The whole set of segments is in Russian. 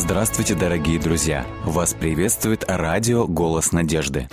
Здравствуйте, дорогие друзья! Вас приветствует радио «Голос надежды».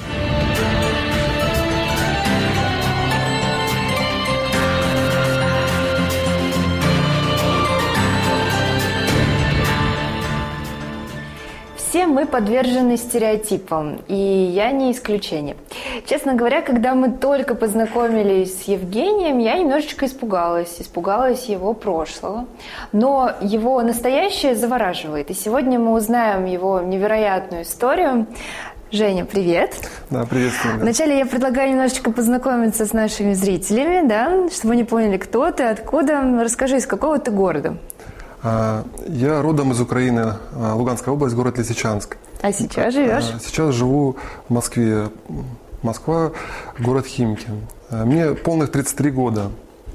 Все мы подвержены стереотипам, и я не исключение. Честно говоря, когда мы только познакомились с Евгением, я немножечко испугалась его прошлого. Но его настоящее завораживает, и сегодня мы узнаем его невероятную историю. Женя, привет. Да, приветствую. Вначале я предлагаю немножечко познакомиться с нашими зрителями, да, чтобы они поняли, кто ты, откуда. Расскажи, из какого ты города? Я родом из Украины, Луганская область, город Лисичанск. А сейчас живешь? Сейчас живу в Москве. Москва, город Химки. Мне полных 33 года.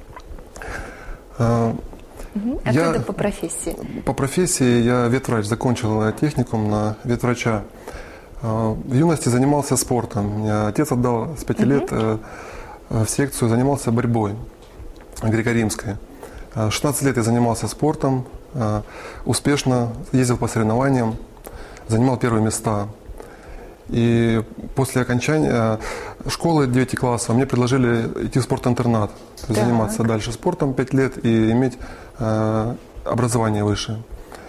А кто ты по профессии? По профессии я ветврач, закончил техникум на ветврача. В юности занимался спортом. Меня отец отдал с 5 лет в секцию, занимался борьбой греко-римской. 16 лет я занимался спортом, успешно ездил по соревнованиям, занимал первые места. И после окончания школы 9 класса мне предложили идти в спортинтернат, заниматься дальше спортом 5 лет и иметь образование высшее.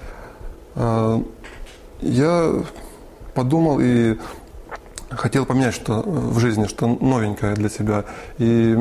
Я подумал и хотел поменять что в жизни, что новенькое для себя. И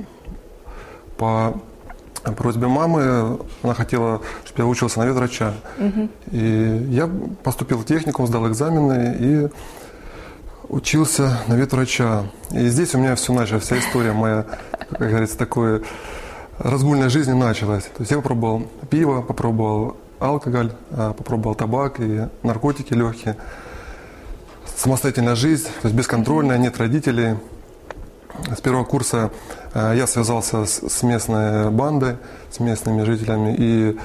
по просьбе мамы, она хотела, чтобы я учился на ветврача. И я поступил в техникум, сдал экзамены и учился на ветврача. И здесь у меня все началось, вся история моя, как говорится, такой разгульной жизни началась. То есть я попробовал пиво, попробовал алкоголь, попробовал табак и наркотики легкие. Самостоятельная жизнь, то есть бесконтрольная, нет родителей. С первого курса я связался с местной бандой, с местными жителями и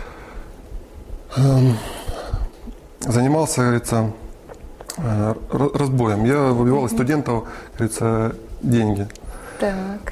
занимался, говорится, разбоем. Я выбивал из студентов, говорится, деньги. Так.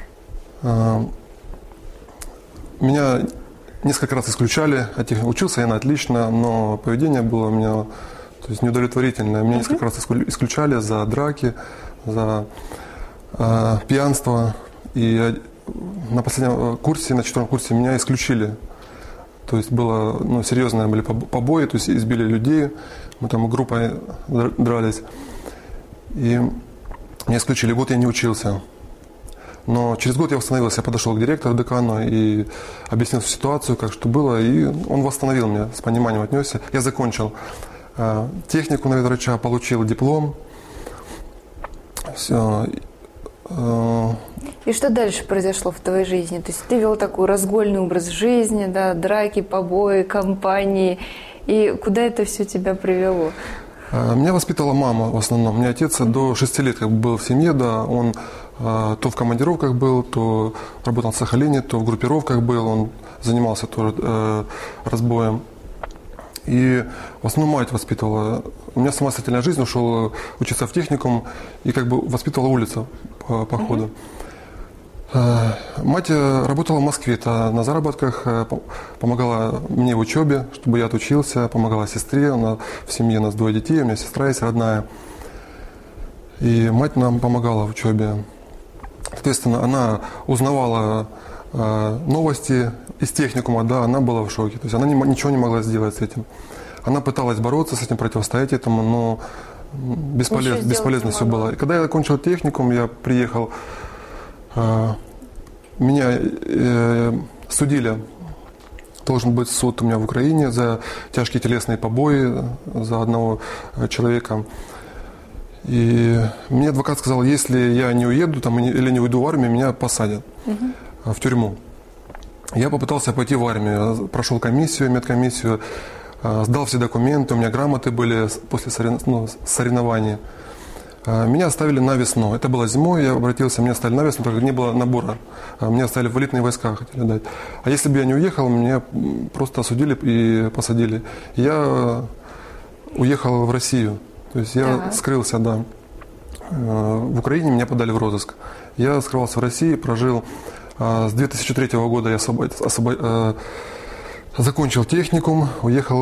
Меня несколько раз исключали, учился я на отлично, но поведение было у меня, то есть, неудовлетворительное. Меня несколько раз исключали за драки, за пьянство. И на последнем курсе, на 4-м курсе меня исключили. То есть было, серьезные были побои, то есть избили людей. Мы там группой дрались. И меня исключили. Год я не учился. Но через год я восстановился. Я подошел к директору, декану и объяснил ситуацию, как что было. И он восстановил меня, с пониманием отнесся. Я закончил технику на ветврача, получил диплом. Все. И что дальше произошло в твоей жизни? То есть ты вел такой разгульный образ жизни, да, драки, побои, компании. И куда это все тебя привело? Меня воспитала мама в основном. У меня отец до 6 лет был в семье, да, он то в командировках был, то работал в Сахалине, то в группировках был, он занимался тоже разбоем. И в основном мать воспитывала. У меня самостоятельная жизнь, ушел учиться в техникум и как бы воспитывала улицу по ходу. Мать работала в Москве, на заработках, помогала мне в учебе, чтобы я отучился, помогала сестре, в семье у нас 2 детей, у меня сестра есть родная. И мать нам помогала в учебе. Соответственно, она узнавала новости из техникума, да, она была в шоке. То есть она ничего не могла сделать с этим. Она пыталась бороться с этим, противостоять этому, но бесполезно все было. И когда я закончил техникум, я приехал, меня судили, должен быть суд у меня в Украине за тяжкие телесные побои за одного человека. И мне адвокат сказал, если я не уеду или не уйду в армию, меня посадят в тюрьму. Я попытался пойти в армию, прошел комиссию, медкомиссию, сдал все документы, у меня грамоты были после соревнований. Меня оставили на весну. Это было зимой, я обратился, меня оставили на весну, так как не было набора. Меня оставили в элитные войска, хотели дать. А если бы я не уехал, меня просто осудили и посадили. Я уехал в Россию. То есть я скрылся, да. В Украине меня подали в розыск. Я скрывался в России, прожил с 2003 года, я закончил техникум, уехал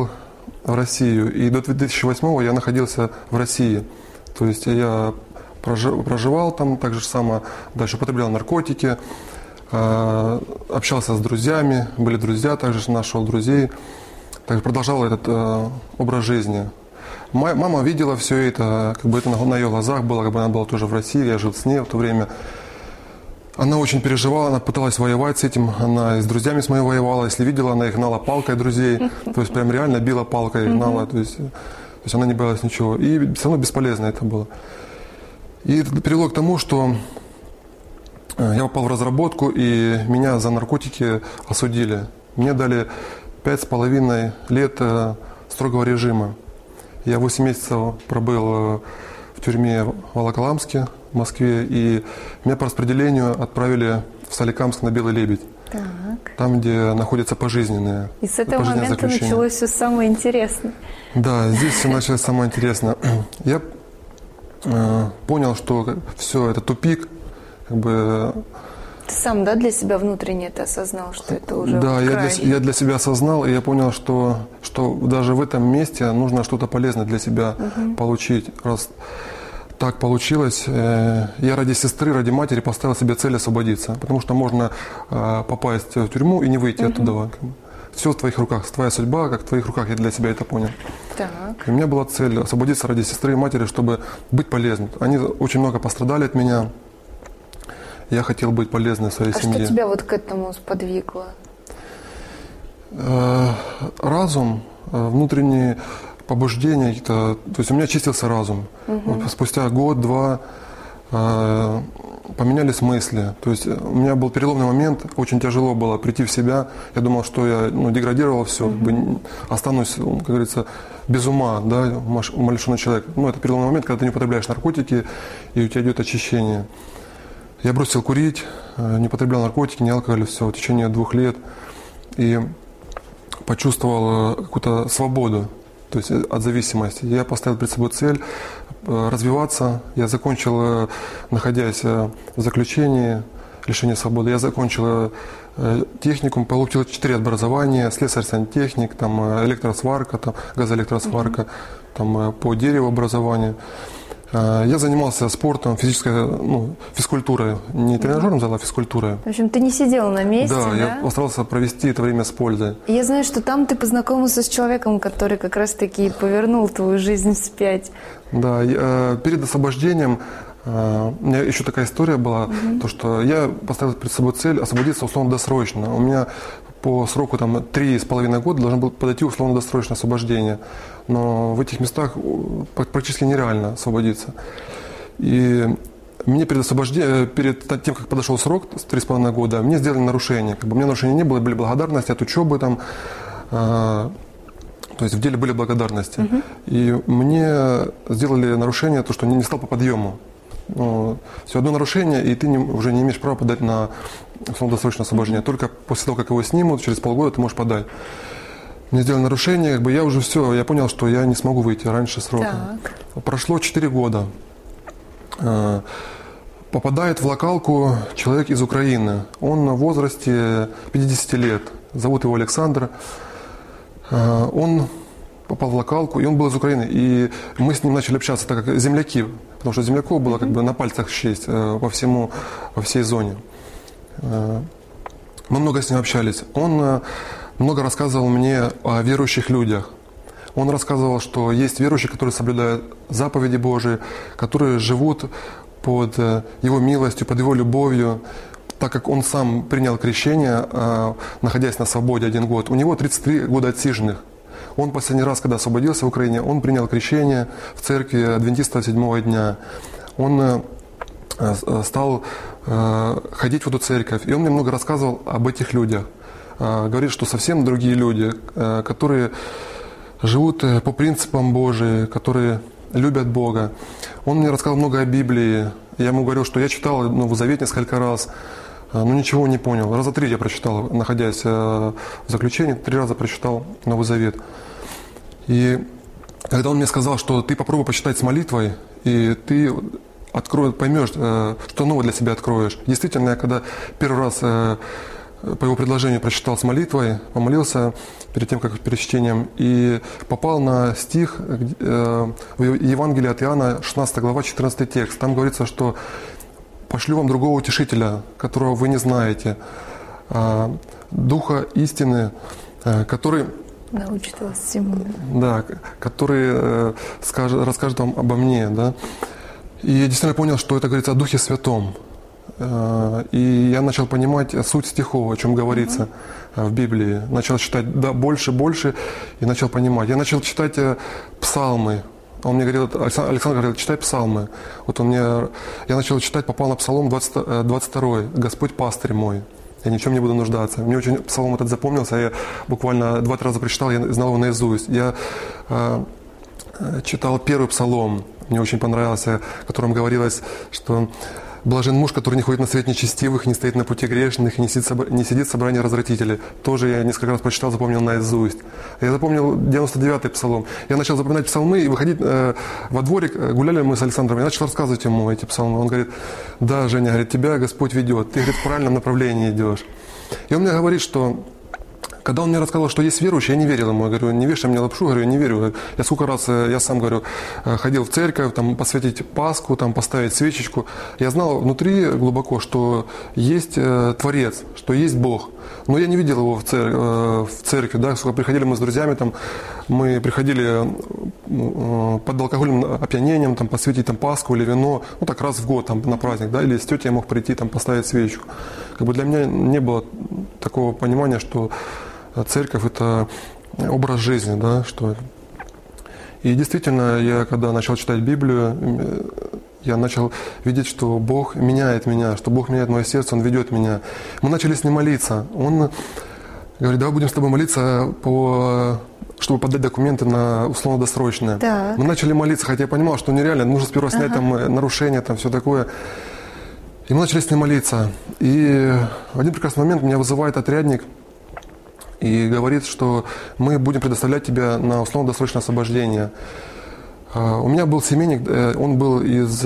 в Россию. И до 2008 я находился в России. То есть я проживал там, так же само, дальше употреблял наркотики, общался с друзьями, были друзья, также нашел друзей. Также продолжал этот образ жизни. Мама видела все это, как бы это на ее глазах было, как бы она была тоже в России, я жил с ней в то время. Она очень переживала, она пыталась воевать с этим, она и с друзьями с моими воевала, если видела, она их гнала палкой друзей, то есть прям реально била палкой, гнала, то есть она не боялась ничего. И все равно бесполезно это было. И это привело к тому, что я попал в разработку, и меня за наркотики осудили. Мне дали 5,5 лет строгого режима. Я 8 месяцев пробыл в тюрьме в Волоколамске, в Москве, и меня по распределению отправили в Соликамск на Белый Лебедь. Так. Там, где находятся пожизненные. И с этого момента началось все самое интересное. Да, здесь все началось самое интересное. Я понял, что все, это тупик, как бы. Ты сам, да, для себя внутренне это осознал, что это уже да, я для себя осознал, и я понял, что даже в этом месте нужно что-то полезное для себя получить. Раз так получилось, я ради сестры, ради матери поставил себе цель освободиться, потому что можно попасть в тюрьму и не выйти оттуда. Все в твоих руках, твоя судьба, как в твоих руках, я для себя это понял. Так. И у меня была цель освободиться ради сестры и матери, чтобы быть полезным. Они очень много пострадали от меня. Я хотел быть полезным своей семье. А что тебя вот к этому сподвигло? Разум, внутренние побуждения. То есть у меня чистился разум. Спустя год-два поменялись мысли. То есть у меня был переломный момент, очень тяжело было прийти в себя. Я думал, что я деградировал все, как бы останусь, как говорится, без ума, да, умалишенный человек. Это переломный момент, когда ты не употребляешь наркотики, и у тебя идет очищение. Я бросил курить, не потреблял наркотики, не алкоголь, все, в течение 2 лет. И почувствовал какую-то свободу, то есть от зависимости. Я поставил перед собой цель развиваться. Я закончил, находясь в заключении, лишения свободы, я закончил техникум, получил 4 образования: слесарь-сантехник, там, электросварка, там, газоэлектросварка, там, по дереву образование. Я занимался спортом, физкультурой, не тренажерным залом, а физкультурой. В общем, ты не сидел на месте, да? Я постарался провести это время с пользой. И я знаю, что там ты познакомился с человеком, который как раз-таки повернул твою жизнь вспять. Да, перед освобождением у меня еще такая история была, то, что я поставил перед собой цель освободиться условно-досрочно. У меня по сроку 3,5 года должно было подойти условно-досрочное освобождение. Но в этих местах практически нереально освободиться. И мне перед тем, как подошел срок, 3,5 года, мне сделали нарушение. Как бы у меня нарушений не было, были благодарности от учебы, то есть в деле были благодарности. И мне сделали нарушение, то, что не стал по подъему. Все, одно нарушение, и ты уже не имеешь права подать на условно-досрочное освобождение. Только после того, как его снимут, через полгода ты можешь подать. Мне сделали нарушение, как бы я уже все, я понял, что я не смогу выйти раньше срока. Так. Прошло 4 года. Попадает в локалку человек из Украины. Он в возрасте 50 лет. Зовут его Александр. Он попал в локалку, и он был из Украины. И мы с ним начали общаться, так как земляки, потому что земляков было как бы на пальцах счесть во всей зоне. Мы много с ним общались. Он много рассказывал мне о верующих людях. Он рассказывал, что есть верующие, которые соблюдают заповеди Божии, которые живут под Его милостью, под Его любовью. Так как он сам принял крещение, находясь на свободе 1 год, у него 33 года отсиженных. Он последний раз, когда освободился в Украине, он принял крещение в церкви адвентистов 7-го дня. Он стал ходить в эту церковь, и он мне много рассказывал об этих людях. Говорит, что совсем другие люди, которые живут по принципам Божиим, которые любят Бога. Он мне рассказал много о Библии. Я ему говорил, что я читал Новый Завет несколько раз, но ничего не понял. Раза 3 я прочитал, находясь в заключении, 3 раза прочитал Новый Завет. И когда он мне сказал, что ты попробуй почитать с молитвой, и ты поймешь, что новое для себя откроешь. Действительно, я когда первый раз по его предложению прочитал с молитвой, помолился перед тем, как перед чтением, и попал на стих в Евангелии от Иоанна, 16 глава, 14 текст. Там говорится, что «пошлю вам другого утешителя, которого вы не знаете, Духа истины, который...» Научит вас всему. Да, который расскажет вам обо мне. Да? И я действительно понял, что это говорится о Духе Святом. И я начал понимать суть стихов, о чем говорится в Библии. Начал читать больше, и начал понимать. Я начал читать псалмы. Он мне говорил, Александр говорил, читай псалмы. Я начал читать, попал на псалом 22. «Господь пастырь мой, я ни в чем не буду нуждаться». Мне очень псалом этот запомнился. Я буквально 2-3 раза прочитал, я знал его наизусть. Я читал первый псалом, мне очень понравился, в котором говорилось, что «блажен муж, который не ходит на свет нечестивых, не стоит на пути грешных, не сидит в собрании развратителей». Тоже я несколько раз прочитал, запомнил наизусть. Я запомнил 99-й псалом. Я начал запоминать псалмы и выходить во дворик. Гуляли мы с Александром. Я начал рассказывать ему эти псалмы. Он говорит: «Да, Женя, говорит, тебя Господь ведет. Ты, говорит, в правильном направлении идешь». И он мне говорит, что когда он мне рассказал, что есть верующие, я не верил ему. Я говорю: не вешай мне лапшу, говорю, не верю. Я сколько раз, я сам, говорю, ходил в церковь, там, посвятить Пасху, там, поставить свечечку. Я знал внутри глубоко, что есть Творец, что есть Бог. Но я не видел его в церкви. Да? Сколько приходили мы с друзьями, там, мы приходили под алкогольным опьянением, там, посвятить там, Пасху или вино, ну так раз в год там, на праздник, да? Или с тетей я мог прийти там, поставить свечку. Как бы для меня не было такого понимания, что церковь – это образ жизни, да, что. И действительно, я когда начал читать Библию, я начал видеть, что Бог меняет меня, что Бог меняет мое сердце, Он ведет меня. Мы начали с ним молиться. Он говорит: давай будем с тобой молиться, чтобы подать документы на условно-досрочное. Да. Мы начали молиться, хотя я понимал, что нереально, нужно сперва снять там нарушения, там все такое. И мы начали с ним молиться. И в один прекрасный момент меня вызывает отрядник и говорит, что мы будем предоставлять тебя на условно-досрочное освобождение. У меня был семейник, он был из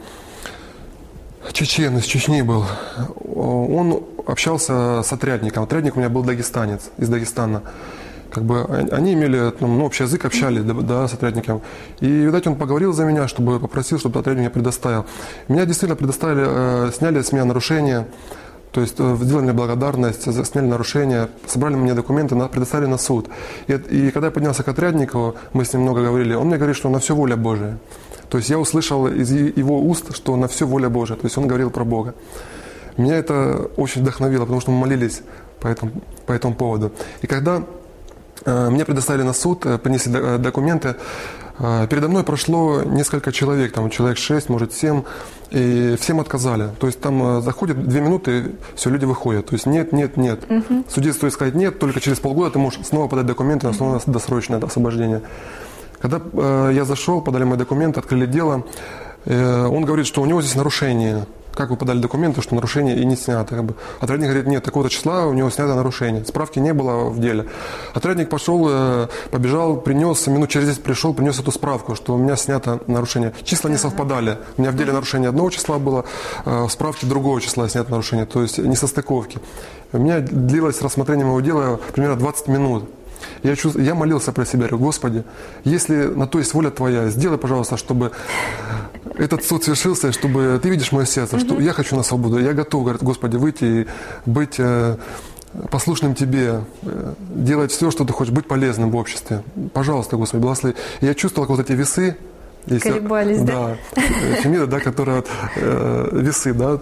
Чечни был. Он общался с отрядником. Отрядник у меня был дагестанец, из Дагестана. Как бы они имели общий язык, общались, да, с отрядником. И, видать, он поговорил за меня, попросил, чтобы отрядник меня предоставил. Меня действительно предоставили, сняли с меня нарушения. То есть сделали мне благодарность, сняли нарушения, собрали мне документы, предоставили на суд. И когда я поднялся к отряднику, мы с ним много говорили, он мне говорит, что на все воля Божия. То есть я услышал из его уст, что на все воля Божия. То есть он говорил про Бога. Меня это очень вдохновило, потому что мы молились по этому поводу. И когда мне предоставили на суд, принесли документы, передо мной прошло несколько человек, там человек 6, может 7, и всем отказали. То есть там заходит 2 минуты, все, люди выходят. То есть нет. Судье стоит сказать нет, только через полгода ты можешь снова подать документы на снова досрочное освобождение. Когда я зашел, подали мои документы, открыли дело, он говорит, что у него здесь нарушение. Как вы подали документы, что нарушение и не снято? Отрядник говорит: нет, такого-то числа у него снято нарушение. Справки не было в деле. Отрядник пошел, побежал, принес, минут через 10 пришел, принес эту справку, что у меня снято нарушение. Числа не совпадали. У меня в деле нарушение одного числа было, в справке другого числа снято нарушение. То есть несостыковки. У меня длилось рассмотрение моего дела примерно 20 минут. Я молился про себя, говорю: Господи, если на то есть воля Твоя, сделай, пожалуйста, чтобы этот суд свершился, чтобы Ты видишь мое сердце, что я хочу на свободу, я готов, говорит, Господи, выйти и быть послушным Тебе, делать все, что Ты хочешь, быть полезным в обществе. Пожалуйста, Господи, благослови. И я чувствовал, как вот эти весы, колебались, да? Фемида, да, которая весы, да,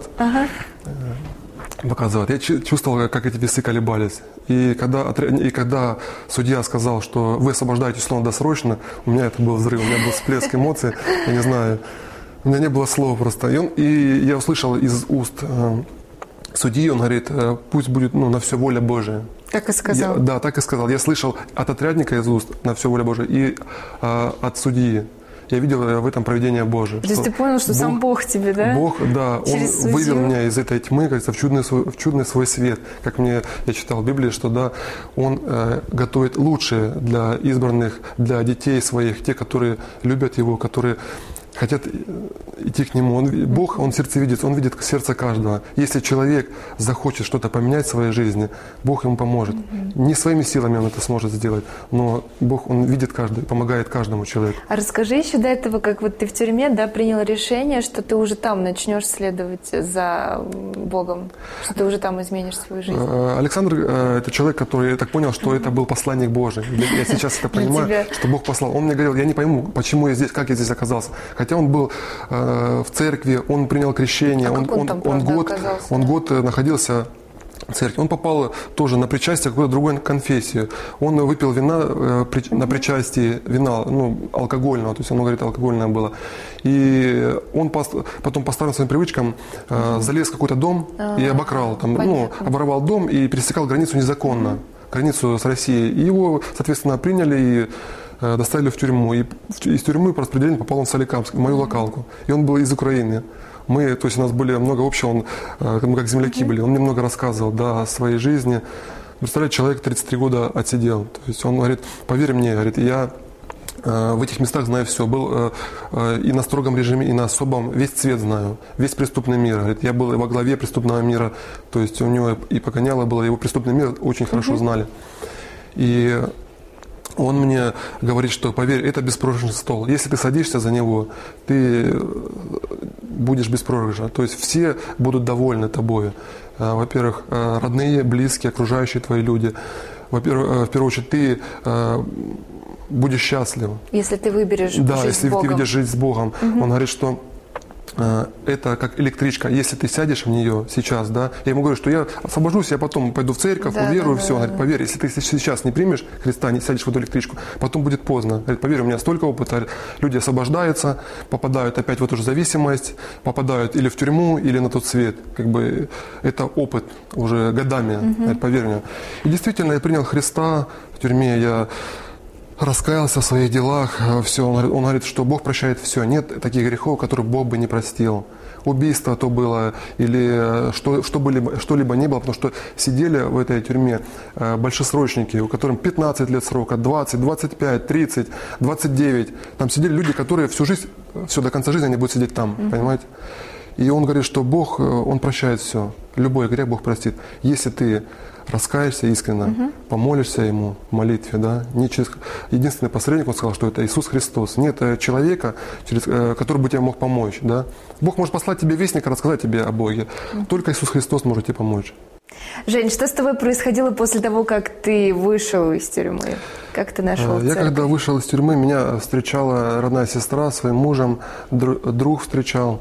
показывает. Я чувствовал, как эти весы колебались. И когда судья сказал, что вы освобождаете условно-досрочно, у меня это был взрыв, у меня был всплеск эмоций, я не знаю, у меня не было слов просто. И я услышал из уст судьи, он говорит: пусть будет на все воля Божия. Так и сказал? Да, так и сказал. Я слышал от отрядника из уст на все воля Божия и от судьи. Я видел в этом провидение Божие. То есть ты понял, что сам Бог тебе, да? Бог, да, Он вывел меня из этой тьмы, кажется, в чудный свой свет. Как я читал в Библии, что да, Он готовит лучшее для избранных, для детей своих, те, которые любят Его, которые хотят идти к Нему. Бог, Он сердцевидец, Он видит сердце каждого. Если человек захочет что-то поменять в своей жизни, Бог ему поможет. Не своими силами он это сможет сделать, но Бог, Он видит каждого, помогает каждому человеку. А расскажи еще до этого, как вот ты в тюрьме, да, принял решение, что ты уже там начнешь следовать за Богом, что ты уже там изменишь свою жизнь. Александр – это человек, который, я так понял, что это был посланник Божий. Я сейчас это понимаю, что Бог послал. Он мне говорил, я не пойму, почему я здесь, как я здесь оказался. Хотя он был в церкви, он принял крещение, он год находился в церкви. Он попал тоже на причастие к какой-то другой конфессии. Он выпил вина на причастии, вина, алкогольного, то есть он говорит, алкогольное было. И он потом по старым своим привычкам залез в какой-то дом и обокрал, оборовал дом и пересекал границу незаконно, границу с Россией. И его, соответственно, приняли и доставили в тюрьму. И из тюрьмы по распределению попал он в Соликамск, в мою локалку. И он был из Украины. То есть у нас было много общего, мы как земляки были. Он мне много рассказывал, о своей жизни. Представляете, человек 33 года отсидел. То есть он говорит, поверь мне, говорит, я в этих местах знаю все. Был и на строгом режиме, и на особом. Весь цвет знаю, весь преступный мир. Говорит, я был и во главе преступного мира. То есть у него и погоняло было, его преступный мир очень хорошо знали. И он мне говорит, что, поверь, это беспроигрышный стол. Если ты садишься за него, ты будешь без проигрыша. То есть все будут довольны тобой. Во-первых, родные, близкие, окружающие твои люди. Во-первых, в первую очередь, ты будешь счастлив. Если ты выберешь жить с Богом. Да, если ты выберешь жить с Богом. Он говорит, что это как электричка. Если ты сядешь в нее сейчас, я ему говорю, что я освобожусь, я потом пойду в церковь, уверую, все. Он говорит, поверь, если ты сейчас не примешь Христа, не сядешь в эту электричку, потом будет поздно. Говорит, поверь, у меня столько опыта. Люди освобождаются, попадают опять в эту же зависимость, попадают или в тюрьму, или на тот свет. Это опыт уже годами, говорит, поверь мне. И действительно, я принял Христа в тюрьме, я раскаялся в своих делах, все. Он говорит, что Бог прощает все. Нет таких грехов, которые Бог бы не простил. Убийство то было, или что-либо не было, потому что сидели в этой тюрьме большесрочники, у которых 15 лет срока, 20, 25, 30, 29. Там сидели люди, которые всю жизнь, все до конца жизни они будут сидеть там, понимаете? И он говорит, что Бог, Он прощает все. Любой грех Бог простит. Если ты раскаешься искренне, помолишься Ему в молитве, не через... Единственный посредник, он сказал, что это Иисус Христос. Нет человека, который бы тебе мог помочь, Бог может послать тебе вестника, рассказать тебе о Боге. Только Иисус Христос может тебе помочь. Жень, что с тобой происходило после того, как ты вышел из тюрьмы? Как ты нашел церковь? Я когда вышел из тюрьмы, меня встречала родная сестра своим мужем, друг встречал.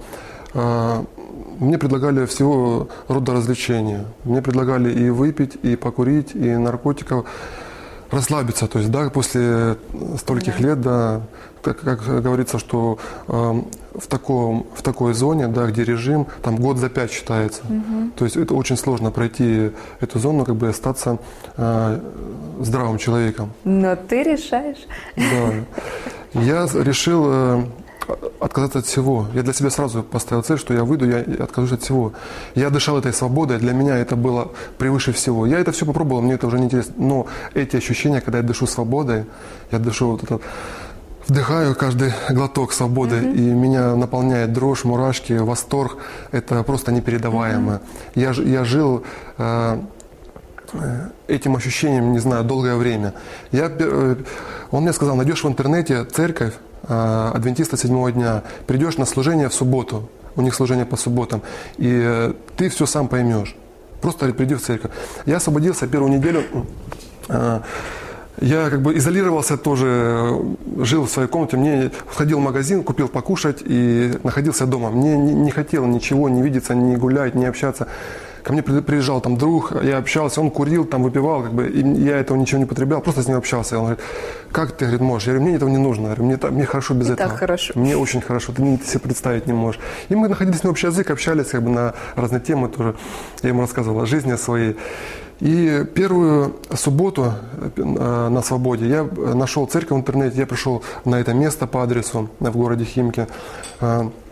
Мне предлагали всего рода развлечения. Мне предлагали и выпить, и покурить, и наркотиков. Расслабиться, то есть, после стольких лет, как говорится, что в такой зоне, где режим, там год за 5 считается. То есть это очень сложно пройти эту зону, остаться здравым человеком. Но ты решаешь. Да. Я решил отказаться от всего. Я для себя сразу поставил цель, что я выйду, я откажусь от всего. Я дышал этой свободой, для меня это было превыше всего. Я это все попробовал, мне это уже не интересно. Но эти ощущения, когда я дышу свободой, я дышу вдыхаю каждый глоток свободы, и меня наполняет дрожь, мурашки, восторг. Это просто непередаваемо. Я жил этим ощущением, не знаю, долгое время. Он мне сказал, найдешь в интернете церковь адвентиста 7-го дня, придешь на служение в субботу, у них служение по субботам, и ты все сам поймешь. Просто приди в церковь. Я освободился первую неделю, я изолировался тоже, жил в своей комнате, мне входил в магазин, купил покушать и находился дома. Мне не хотело ничего, не видеться, не гулять, не общаться. Ко мне приезжал там друг, я общался, он курил, там выпивал, и я этого ничего не потреблял, просто с ним общался. Он говорит, как ты, говорит, можешь? Я говорю, мне этого не нужно, я говорю, мне хорошо без этого. Так хорошо. Мне очень хорошо, ты себе представить не можешь. И мы находились на общий язык, общались на разные темы тоже. Я ему рассказывал о жизни своей. И первую субботу на свободе я нашел церковь в интернете, я пришел на это место по адресу в городе Химки.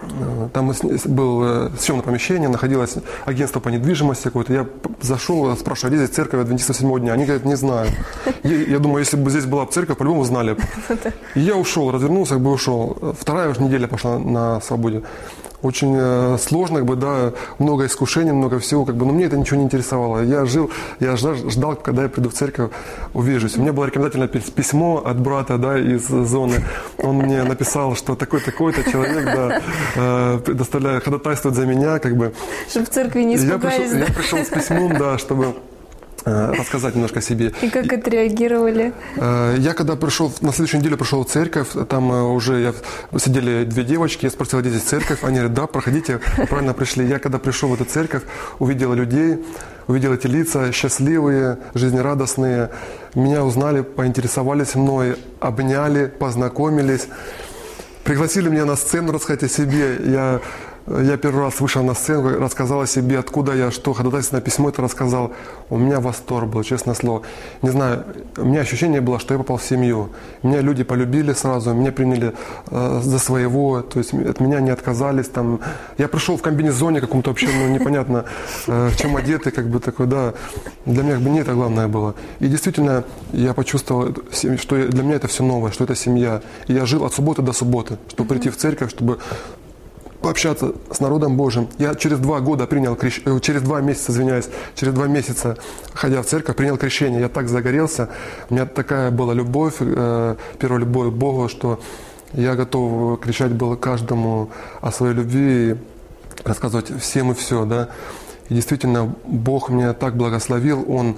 Там было съемное помещение, находилось агентство по недвижимости какое-то. Я зашел, спрашиваю, где здесь церковь адвентистов 7-го дня? Они говорят, не знаю. Я думаю, если бы здесь была церковь, по-любому знали. И я ушел, развернулся, как бы ушел. Вторая уже неделя пошла на свободе. Очень сложно, как бы, да, много искушений, много всего, как бы, но мне это ничего не интересовало. Я ждал, когда я приду в церковь, увижусь. У меня было рекомендательное письмо от брата, да, из зоны. Он мне написал, что такой-то человек, да, предоставляет, ходатайствует за меня, как бы. Чтобы в церкви не испугались. Я пришел с письмом, да, чтобы рассказать немножко о себе. И как отреагировали? Я когда пришел, на следующую неделю пришел в церковь, там уже сидели две девочки, я спросил, где здесь церковь, они говорят, да, проходите, правильно пришли. Я когда пришел в эту церковь, увидел людей, увидел эти лица счастливые, жизнерадостные, меня узнали, поинтересовались мной, обняли, познакомились, пригласили меня на сцену рассказать о себе. Я первый раз вышел на сцену, рассказал о себе, откуда я, что, ходатайственное письмо это рассказал. У меня восторг был, честное слово. Не знаю, у меня ощущение было, что я попал в семью. Меня люди полюбили сразу, меня приняли за своего, то есть от меня не отказались. Там. Я пришел в комбинезоне каком-то вообще, непонятно, в чем одетый, как бы такой, да. Для меня как бы не это главное было. И действительно, я почувствовал, что для меня это все новое, что это семья. И я жил от субботы до субботы, чтобы прийти в церковь, чтобы пообщаться с народом Божьим. Я через 2 года принял через 2 месяца, ходя в церковь, принял крещение. Я так загорелся, у меня такая была любовь, первая любовь к Богу, что я готов кричать был каждому о своей любви, рассказывать всем и все, да. И действительно, Бог меня так благословил, Он...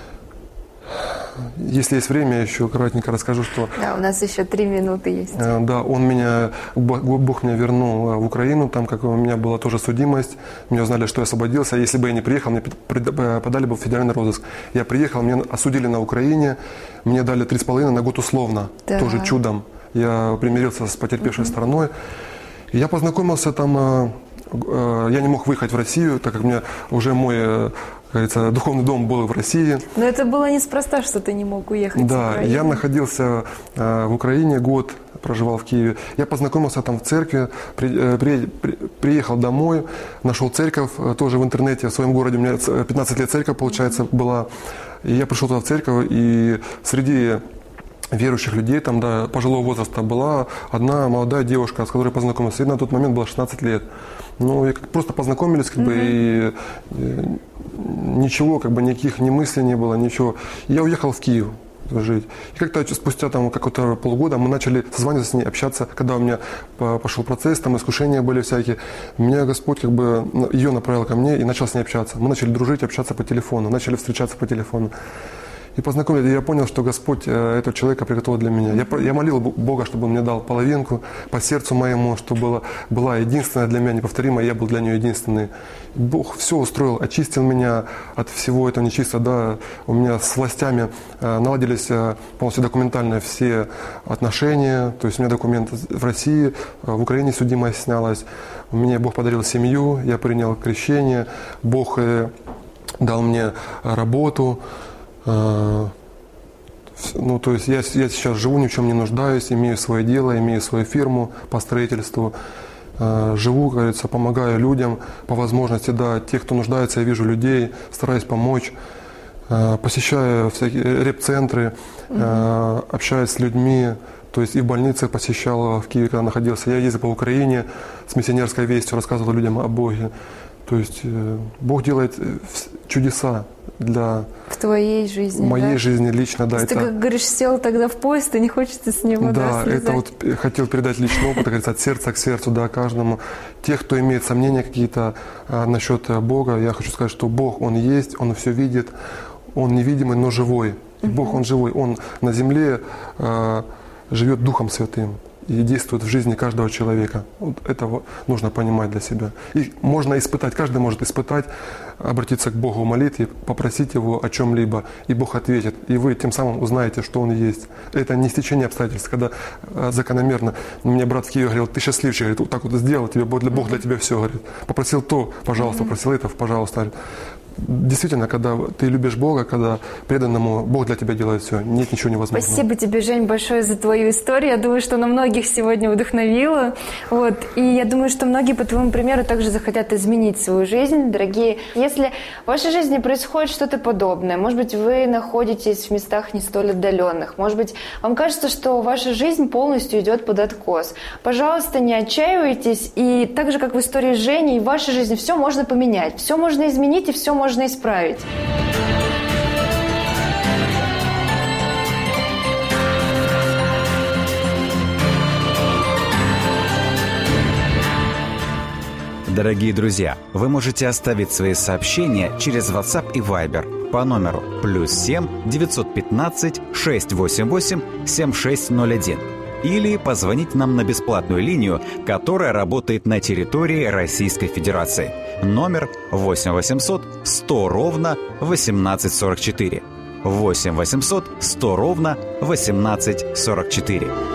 Если есть время, я еще кратенько расскажу, что... Да, у нас еще 3 минуты есть. Да, Бог меня вернул в Украину, там как у меня была тоже судимость, меня узнали, что я освободился. Если бы я не приехал, мне подали бы в федеральный розыск. Я приехал, меня осудили на Украине, мне дали 3,5 на год условно, да. Тоже чудом. Я примирился с потерпевшей стороной. И я познакомился там, я не мог выехать в Россию, так как у меня уже мой... Говорится, духовный дом был в России. Но это было неспроста, что ты не мог уехать. Да, я находился в Украине год, проживал в Киеве. Я познакомился там в церкви, приехал домой, нашел церковь тоже в интернете, в своем городе. У меня 15 лет церковь, получается, была. И я пришел туда в церковь, и среди верующих людей, там, да, пожилого возраста, была одна молодая девушка, с которой познакомился. Ей на тот момент было 16 лет. Ну, и просто познакомились, как бы, и ничего, как бы, никаких ни мыслей не было, ничего. Я уехал в Киев жить. И как-то спустя там какое-то полгода мы начали созваниваться с ней, общаться. Когда у меня пошел процесс, там искушения были всякие, меня Господь как бы ее направил ко мне и начал с ней общаться. Мы начали дружить, общаться по телефону, начали встречаться по телефону. И познакомились, и я понял, что Господь этого человека приготовил для меня. Я молил Бога, чтобы Он мне дал половинку по сердцу моему, чтобы была единственная для меня, неповторимая, я был для нее единственный. Бог все устроил, очистил меня от всего этого нечистого. Да, у меня с властями наладились полностью документально все отношения. То есть у меня документ в России, в Украине судимость снялась. Мне Бог подарил семью, я принял крещение. Бог дал мне работу. Ну, то есть я сейчас живу, ни в чем не нуждаюсь, имею свое дело, имею свою фирму по строительству, живу, как говорится, помогаю людям по возможности, да, тех, кто нуждается, я вижу людей, стараюсь помочь, посещаю всякие реп-центры, общаюсь с людьми, то есть и в больнице посещал, в Киеве, когда находился, я ездил по Украине с миссионерской вестью, рассказывал людям о Боге. То есть Бог делает чудеса в твоей жизни, в моей жизни лично, да. Ты, как говоришь, сел тогда в поезд, и не хочется с него, да, слезать. Это вот хотел передать личный опыт, говорится, от сердца к сердцу, да, каждому. Тех, кто имеет сомнения какие-то насчет Бога, я хочу сказать, что Бог, Он есть, Он все видит, Он невидимый, но живой. И Бог, Он живой, Он на земле живет Духом Святым и действует в жизни каждого человека. Вот это нужно понимать для себя. И можно испытать, каждый может испытать, обратиться к Богу в молитве, попросить Его о чем-либо, и Бог ответит. И вы тем самым узнаете, что Он есть. Это не стечение обстоятельств, когда закономерно. Мне брат в Киеве говорил, ты счастливчик, говорит, вот так вот сделал, Бог для тебя все, говорит. Попросил то, пожалуйста, попросил это, пожалуйста. действительно, когда ты любишь Бога, когда преданному, Бог для тебя делает все, нет ничего невозможного. Спасибо тебе, Жень, большое за твою историю. Я думаю, что она многих сегодня вдохновила. Вот. И я думаю, что многие по твоему примеру также захотят изменить свою жизнь. Дорогие, если в вашей жизни происходит что-то подобное, может быть, вы находитесь в местах не столь отдаленных, может быть, вам кажется, что ваша жизнь полностью идет под откос, пожалуйста, не отчаивайтесь. И так же, как в истории с Женей, в вашей жизни все можно поменять, все можно изменить и все можно исправить. Дорогие друзья, вы можете оставить свои сообщения через WhatsApp и Viber по номеру +7 915 688 7601 или позвонить нам на бесплатную линию, которая работает на территории Российской Федерации. Номер 8 800 100 ровно 1844. 8 800 100 ровно 1844.